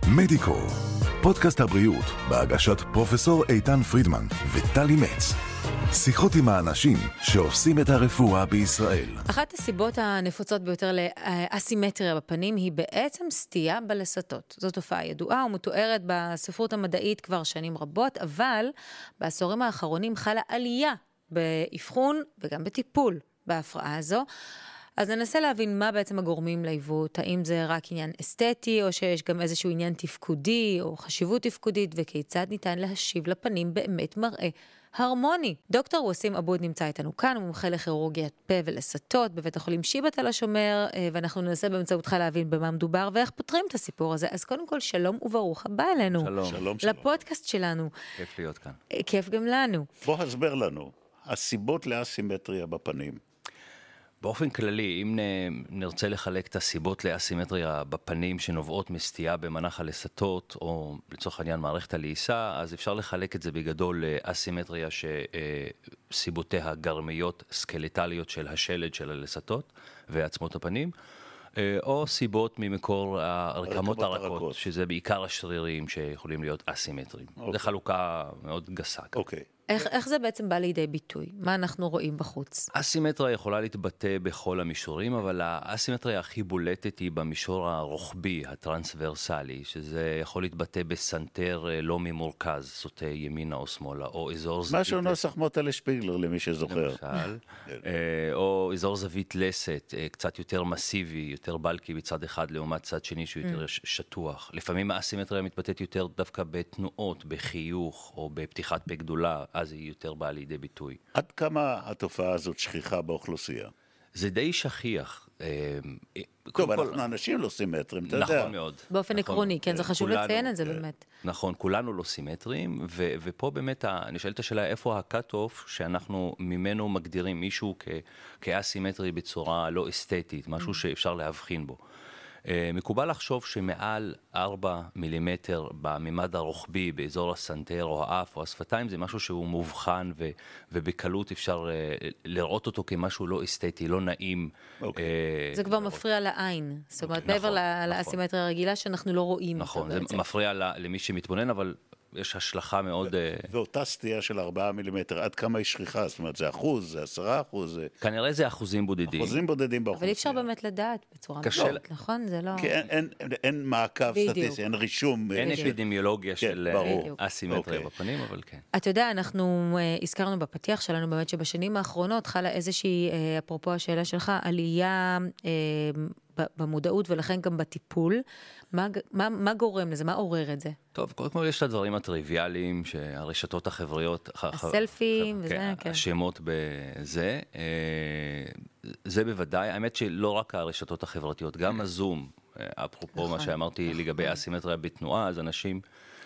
מדיקו, פודקאסט הבריאות בהגשת פרופסור איתן פרידמן וטלי מצ. שיחות עם האנשים שעושים את הרפואה בישראל. אחת הסיבות הנפוצות ביותר לאסימטריה בפנים היא בעצם סטייה בלסתות. זו תופעה ידועה ומתוארת בספרות המדעית כבר שנים רבות, אבל בעשורים האחרונים חלה עלייה באבחון וגם בטיפול בהפרעה הזו. אז ננסה להבין מה בעצם הגורמים לעיוות, האם זה רק עניין אסתטי, או שיש גם איזשהו עניין תפקודי, או חשיבות תפקודית, וכיצד ניתן להשיב לפנים באמת מראה הרמוני. דוקטור וסים אבוד נמצא איתנו כאן, הוא מומחה לכירורגיית פה ולסתות בבית החולים שיבא תל השומר, ואנחנו ננסה באמצעותך להבין במה מדובר ואיך פותרים את הסיפור הזה. אז קודם כל שלום וברוך הבא אלינו. שלום. לפודקאסט שלנו. כיף להיות כאן. כיף גם לנו. בוא הסבר לנו, הסיבות לאסימטריה בפנים. באופן כללי, אם נרצה לחלק את הסיבות לאסימטריה בפנים שנובעות מסטייה במנח הלסתות, או לצורך העניין מערכת הלעיסה, אז אפשר לחלק את זה בגדול לאסימטריה שסיבותיה גרמיות סקלטליות של השלד של הלסתות ועצמות הפנים, או סיבות ממקור הרקמות הרכות, שזה בעיקר השרירים שיכולים להיות אסימטריים. זו חלוקה מאוד גסה. אוקיי. איך זה בעצם בא לידי ביטוי? מה אנחנו רואים בחוץ? אסימטריה יכולה להתבטא בכל המישורים, אבל האסימטריה הכי בולטת היא במישור הרוחבי, הטרנסברסלי, שזה יכול להתבטא בסנטר לא ממורכז, סוטה ימינה או שמאלה, או אזור זווית... משהו נוסח מוטלה שפיגלר למי שזוכר. למשל, או אזור זווית לסת, קצת יותר מסיבי, יותר בלקי בצד אחד, לעומת צד שני שהוא יותר שטוח. לפעמים האסימטריה מתבטאת יותר דווקא בתנועות, בחיוך, או בפתיחת פה גדולה, אז היא יותר באה לידי ביטוי. עד כמה התופעה הזאת שכיחה באוכלוסייה? זה די שכיח. טוב, אנחנו אנשים לא סימטריים, אתה יודע. נכון מאוד. באופן עקרוני, כן, זה חשוב לציין את זה באמת. נכון, כולנו לא סימטריים, ופה באמת, אני שואלת השאלה, איפה הקאט-אוף שאנחנו ממנו מגדירים מישהו כאסימטרי בצורה לא אסתטית, משהו שאפשר להבחין בו. מקובל לחשוב שמעל 4 מילימטר בממד הרוחבי, באזור הסנטר או האף או השפתיים, זה משהו שהוא מובחן ובקלות אפשר לראות אותו כמשהו לא אסתטי, לא נעים. זה כבר מפריע לעין, זאת אומרת, מעבר לאסימטריה הרגילה שאנחנו לא רואים. נכון, זה מפריע למי שמתבונן, אבל יש השלכה מאוד... ואותה סטייה של 4 מילימטר, עד כמה היא שכיחה? זאת אומרת, זה 1%, זה 10%? כנראה זה אחוזים בודדים. אחוזים בודדים באוכלוסייה. אבל אי אפשר באמת לדעת בצורה מאוד, נכון? זה לא... כי אין מעקב סטטיסטי, אין רישום. אין אפידמיולוגיה של אסימטריה בפנים, אבל כן. אתה יודע, אנחנו הזכרנו בפתיח שלנו באמת שבשנים האחרונות חלה איזושהי, אפרופו השאלה שלך, עלייה במודעות ולכן גם בטיפול. מה גורם לזה? מה עורר את זה? טוב, קודם כל יש את הדברים הטריוויאליים שהרשתות החבריות... הסלפים וזה, כן. השמות בזה. זה בוודאי. האמת שלא רק הרשתות החברתיות, גם הזום, אפרופו מה שאמרתי לגבי אסימטריה בתנועה, אז אנשים...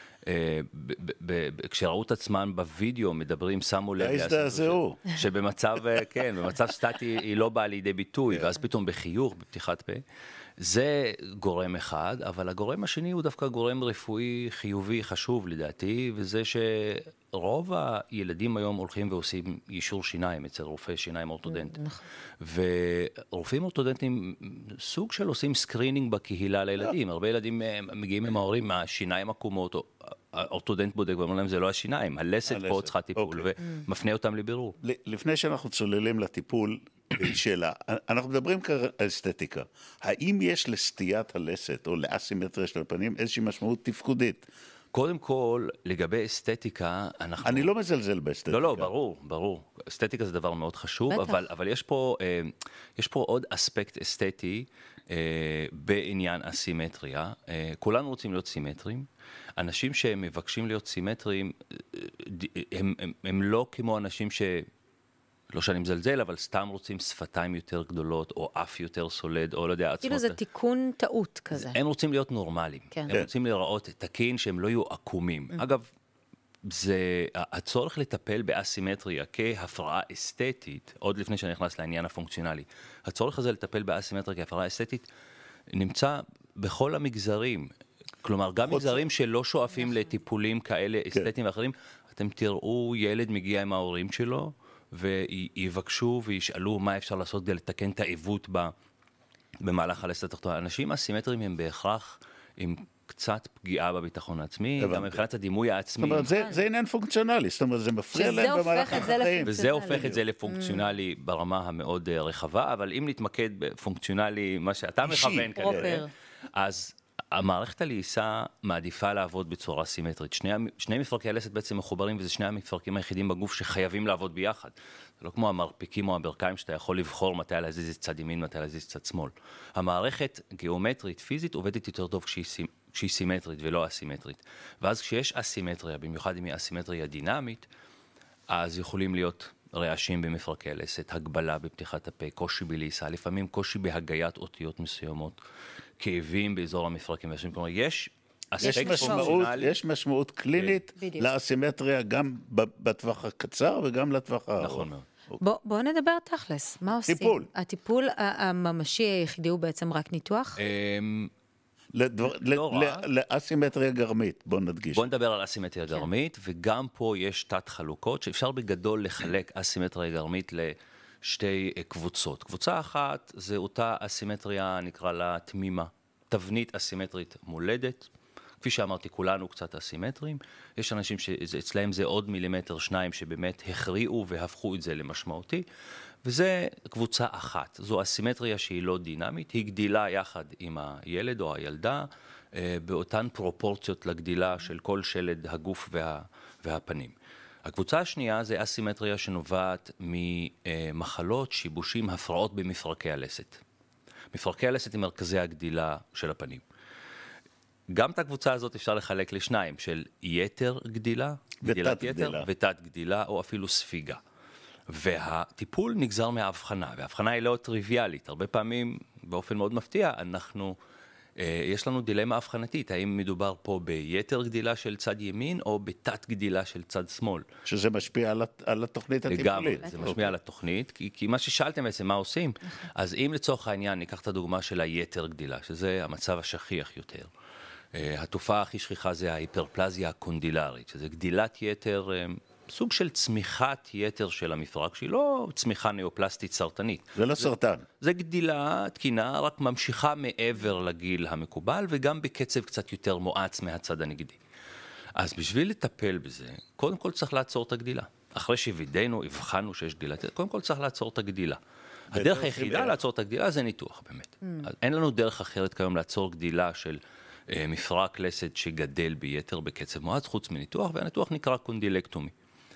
כשראו את עצמם בווידאו מדברים, שמו לב שבמצב, כן, במצב סטטי היא לא באה לידי ביטוי, ואז פתאום בחיוך, בפתיחת פה, זה גורם אחד, אבל הגורם השני הוא דווקא גורם רפואי חיובי חשוב לדעתי, וזה שרוב הילדים היום הולכים ועושים יישור שיניים אצל רופאי שיניים אורתודנטים. ורופאים אורתודנטים סוג של עושים סקרינינג בקהילה לילדים. הרבה ילדים מגיעים עם ההורים מהשיניים עקומות, האורתודנט בודק ואומר להם זה לא השיניים, הלסת פה צריכה טיפול, ומפנה אותם לבירור. לפני שאנחנו צוללים לטיפול, שאלה, אנחנו מדברים על אסתטיקה. האם יש לסטיית הלסת או לאסימטריה של הפנים איזושהי משמעות תפקודית? קודם כל, לגבי אסתטיקה, אני לא מזלזל באסתטיקה. לא, ברור. אסתטיקה זה דבר מאוד חשוב, אבל יש פה עוד אספקט אסתטי בעניין אסימטריה. כולנו רוצים להיות סימטריים. אנשים שמבקשים להיות סימטריים, הם לא כמו אנשים לא שאני מזלזל, אבל סתם רוצים שפתיים יותר גדולות, או אף יותר סולד, או לא יודע, עצמות. כאילו זה תיקון טעות כזה. הם רוצים להיות נורמליים. הם רוצים לראות תקין שהם לא יהיו עקומים. אגב, הצורך לטפל באסימטריה כהפרעה אסתטית, עוד לפני שאני נכנס לעניין הפונקציונלי, הצורך הזה לטפל באסימטריה כהפרעה אסתטית, נמצא בכל המגזרים. כלומר, גם מגזרים שלא שואפים לטיפולים כאלה אסתטיים ואחרים, אתם תראו ילד מגיע עם ההורים שלו, ויבקשו וישאלו מה אפשר לעשות כדי לתקן את העיוות במהלך הלסת התחתונה. אנשים אסימטריים הם בהכרח עם קצת פגיעה בביטחון העצמי, גם מבחינת הדימוי העצמי. זאת אומרת, זה עניין פונקציונלי, זאת אומרת, זה מפריע להם במהלך החיים. וזה הופך את זה לפונקציונלי ברמה המאוד רחבה, אבל אם נתמקד בפונקציונלי, מה שאתה מכוון כנראה, אז המערכת הלעיסה מעדיפה לעבוד בצורה סימטרית. שני מפרקי הלסת בעצם מחוברים, וזה שני המפרקים היחידים בגוף שחייבים לעבוד ביחד. זה לא כמו המרפקים או הברכיים, שאתה יכול לבחור מתי להזיז את צד ימין, מתי להזיז את צד שמאל. המערכת גיאומטרית, פיזית, עובדת יותר טוב כשהיא סימטרית ולא אסימטרית. ואז כשיש אסימטריה, במיוחד אם היא אסימטריה דינמית, אז יכולים להיות רעשים במפרקי הלסת, הגבלה בפתיחת הפה, קושי בלעיסה, לפעמים קושי בהגיית אותיות מסוימות, כאבים באזור המפרקים. כלומר, יש משמעות קלינית לאסימטריה גם בטווח הקצר וגם לטווח הארוך. נכון מאוד. בואו נדבר תכלס, מה עושים? טיפול. הטיפול הממשי היחידי הוא בעצם רק ניתוח? לאסימטריה גרמית, בוא נדגיש. בוא נדבר על אסימטריה גרמית, וגם פה יש תת חלוקות, שאפשר בגדול לחלק אסימטריה גרמית לשתי קבוצות. קבוצה אחת זה אותה אסימטריה, נקרא לה תמימה, תבנית אסימטרית מולדת. כפי שאמרתי, כולנו קצת אסימטריים. יש אנשים שאצלהם זה עוד מילימטר שניים שבאמת הכריעו והפכו את זה למשמעותי. וזה קבוצה אחת. זו אסימטריה שהיא לא דינמית, היא גדילה יחד עם הילד או הילדה, באותן פרופורציות לגדילה של כל שלד הגוף והפנים. הקבוצה השנייה זה אסימטריה שנובעת ממחלות, שיבושים, הפרעות במפרקי הלסת. מפרקי הלסת הם מרכזי הגדילה של הפנים. גם את הקבוצה הזאת אפשר לחלק לשניים, של יתר גדילה, גדילת יתר, ותת גדילה, או אפילו ספיגה. והטיפול נגזר מההבחנה, וההבחנה היא לא טריוויאלית. הרבה פעמים, באופן מאוד מפתיע, יש לנו דילמה הבחנתית, האם מדובר פה ביתר גדילה של צד ימין, או בתת גדילה של צד שמאל. שזה משפיע על התוכנית הטיפולית. לגמרי, זה משפיע על התוכנית, כי מה ששאלתם בעצם, מה עושים? אז אם לצורך העניין ניקח את הדוגמה של היתר גדילה, שזה המצב השכיח יותר. התופעה הכי שכיחה זה ההיפרפלזיה הקונדילרית, שזה גדילת יתר, סוג של צמיחת יתר של המפרק, שהיא לא צמיחה נאופלסטית סרטנית. זה לא סרטן. זה גדילה תקינה, רק ממשיכה מעבר לגיל המקובל, וגם בקצב קצת יותר מואץ מהצד הנגדי. אז בשביל לטפל בזה, קודם כל צריך לעצור את הגדילה. אחרי שווידאנו, הבחנו שיש גדילה, קודם כל צריך לעצור את הגדילה. הדרך היחידה לעצור את הגדילה זה ניתוח, באמת. אז אין לנו דרך אחרת כיום לעצור גדילה של מפרק לסת שגדל ביתר בקצב מואץ, חוץ מניתוח, והניתוח נקרא קונדילקטומי.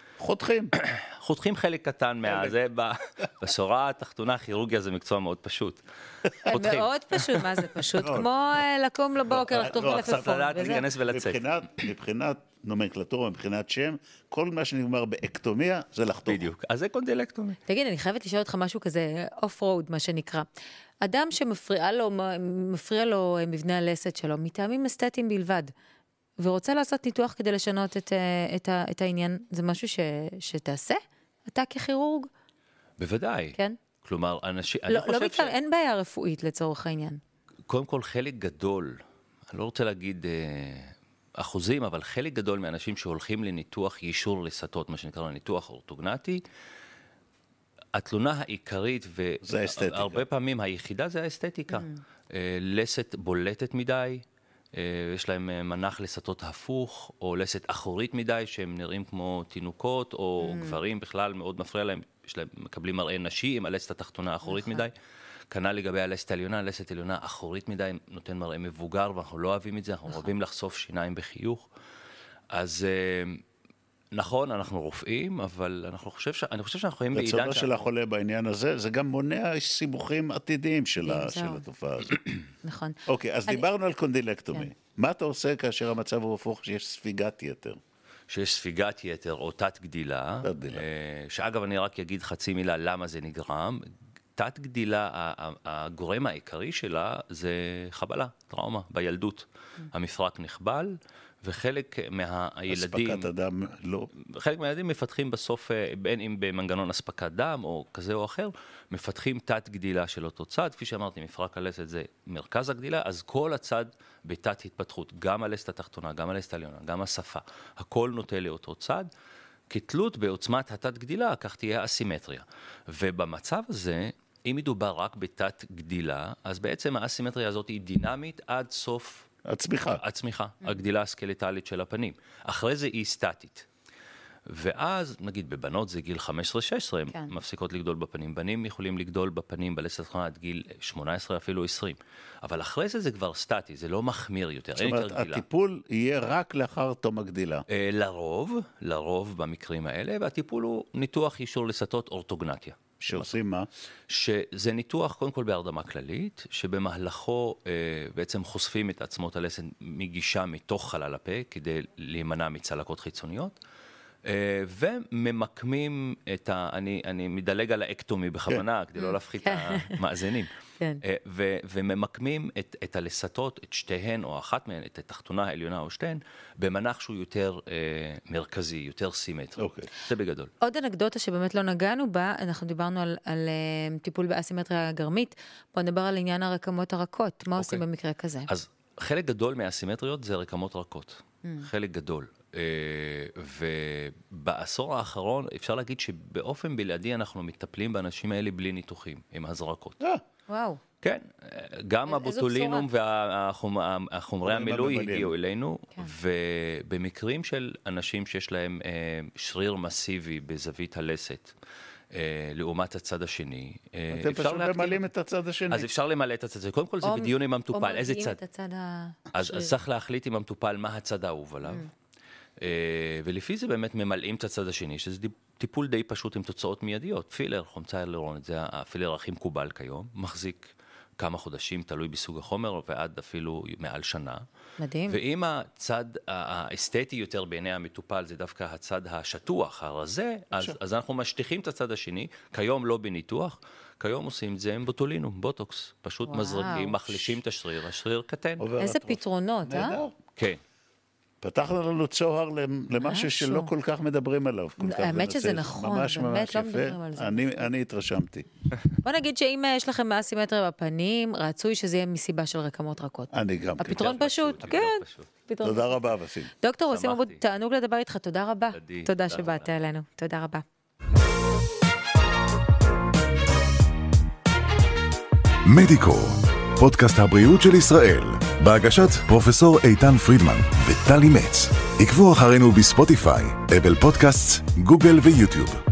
חותכים חלק קטן מהזה, בשורה התחתונה, כירורגיה זה מקצוע מאוד פשוט. מאוד פשוט, מה זה פשוט? כמו לקום לבוקר, לחתוך מלפפון. צריך לדעת להיכנס ולצאת. מבחינת נומנקלטורה, מבחינת שם, כל מה שנגמר באקטומיה זה לחתוך. בדיוק, אז זה קונדילקטומי. תגיד, אני חייבת לשאול אותך משהו כזה, אוף רוד, מה שנקרא. אדם שמפריע לו מבנה הלסת שלו, מטעמים אסתטיים בלבד, ורוצה לעשות ניתוח כדי לשנות את העניין, זה משהו שתעשה? אתה ככירורג? בוודאי. כן? כלומר, אנשים... אין בעיה רפואית לצורך העניין. קודם כל, חלק גדול, אני לא רוצה להגיד אחוזים, אבל חלק גדול מאנשים שהולכים לניתוח יישור לסתות, מה שנקרא ניתוח אורתוגנטי, התלונה העיקרית, והרבה פעמים היחידה זה האסתטיקה. לסת בולטת מדי, יש להם מנח לסתות הפוך, או לסת אחורית מדי, שהם נראים כמו תינוקות, או גברים בכלל מאוד מפריע להם, מקבלים מראה נשי עם הלסת התחתונה אחורית מדי. כנ"ל לגבי הלסת העליונה, הלסת העליונה אחורית מדי, נותן מראה מבוגר, ואנחנו לא אוהבים את זה, אנחנו אוהבים לחשוף שיניים בחיוך. אז נכון, אנחנו רופאים, אבל אני חושב שאנחנו חיים בעידן... רצונו של החולה בעניין הזה, זה גם מונע סיבוכים עתידיים של התופעה הזאת. נכון. אוקיי, אז דיברנו על קונדילקטומי. מה אתה עושה כאשר המצב הוא הפוך, שיש ספיגת יתר? שיש ספיגת יתר או תת גדילה, שאגב אני רק אגיד חצי מילה למה זה נגרם. תת גדילה, הגורם העיקרי שלה זה חבלה, טראומה, בילדות. המפרק נחבל, וחלק מהילדים... אספקת הדם לא. חלק מהילדים מפתחים בסוף, בין אם במנגנון אספקת דם או כזה או אחר, מפתחים תת גדילה של אותו צד. כפי שאמרתי, מפרק הלסת זה מרכז הגדילה, אז כל הצד בתת התפתחות, גם הלסת התחתונה, גם הלסת העליונה, גם השפה, הכל נוטה לאותו צד. כתלות בעוצמת התת גדילה, כך תהיה אסימטריה. ובמצב הזה, אם מדובר רק בתת גדילה, אז בעצם האסימטריה הזאת היא דינמית עד סוף הצמיחה, הגדילה הסקלטלית של הפנים. אחרי זה היא סטטית. ואז, נגיד, בבנות זה גיל 15-16, הן מפסיקות לגדול בפנים. בנים יכולים לגדול בפנים בלסת התחתונה עד גיל 18, אפילו 20. אבל אחרי זה כבר סטטי, זה לא מחמיר יותר, אין יותר גדילה. הטיפול יהיה רק לאחר תום הגדילה. לרוב במקרים האלה, והטיפול הוא ניתוח יישור לסתות אורתוגנטיה. שעושים מה? שזה ניתוח, קודם כל בהרדמה כללית, שבמהלכו בעצם חושפים את עצמות הלסת מגישה מתוך חלל הפה, כדי להימנע מצלקות חיצוניות. וממקמים אני מדלג על האקטומי בכוונה, כדי לא להפחית את המאזינים. וממקמים את הלסתות, את שתיהן או אחת מהן, את התחתונה העליונה או שתיהן, במנח שהוא יותר מרכזי, יותר סימטרי. זה בגדול. עוד אנקדוטה שבאמת לא נגענו בה, אנחנו דיברנו על טיפול באסימטריה גרמית, בוא נדבר על עניין הרקמות הרכות. מה עושים במקרה כזה? אז חלק גדול מהאסימטריות זה רקמות רכות. חלק גדול. ובעשור האחרון אפשר להגיד שבאופן בלעדי אנחנו מטפלים באנשים האלה בלי ניתוחים, עם הזרקות. וואו. כן, גם הבוטולינום והחומרי המילוי הגיעו אלינו, ובמקרים של אנשים שיש להם שריר מסיבי בזווית הלסת, לעומת הצד השני. אתם פשוט למלאים את הצד השני. אז אפשר למלא את הצד השני. קודם כל זה בדיון עם המטופל, איזה צד? אז צריך להחליט עם המטופל מה הצד האהוב עליו. ולפי זה באמת ממלאים את הצד השני, שזה טיפול די פשוט עם תוצאות מיידיות. פילר, חומצה היאלורונית, זה הפילר הכי מקובל כיום, מחזיק כמה חודשים, תלוי בסוג החומר, ועד אפילו מעל שנה. מדהים. ואם הצד האסתטי יותר בעיני המטופל, זה דווקא הצד השטוח, הרזה, אז אנחנו משטיחים את הצד השני, כיום לא בניתוח, כיום עושים את זה עם בוטולינום, בוטוקס, פשוט מזרקים, מחלישים את השריר, השריר קטן. איזה פתרונות, כן. פתחנו לנו צוהר למשהו שלא כל כך מדברים עליו. האמת שזה נכון, באמת לא מדברים על זה. אני התרשמתי. בוא נגיד שאם יש לכם אסימטריה בפנים, רצוי שזה יהיה מסיבה של רקמות רכות. אני גם. הפתרון פשוט, כן. תודה רבה, וסים. דוקטור וסים אבוד, תענוג לדבר איתך, תודה רבה. תודה שבאת אלינו, תודה רבה. מדיקו, פודקאסט הבריאות של ישראל, בהגשת פרופסור איתן פרידמן וטלי מצ. עקבו אחרינו בספוטיפיי, אפל פודקאסט, גוגל ויוטיוב.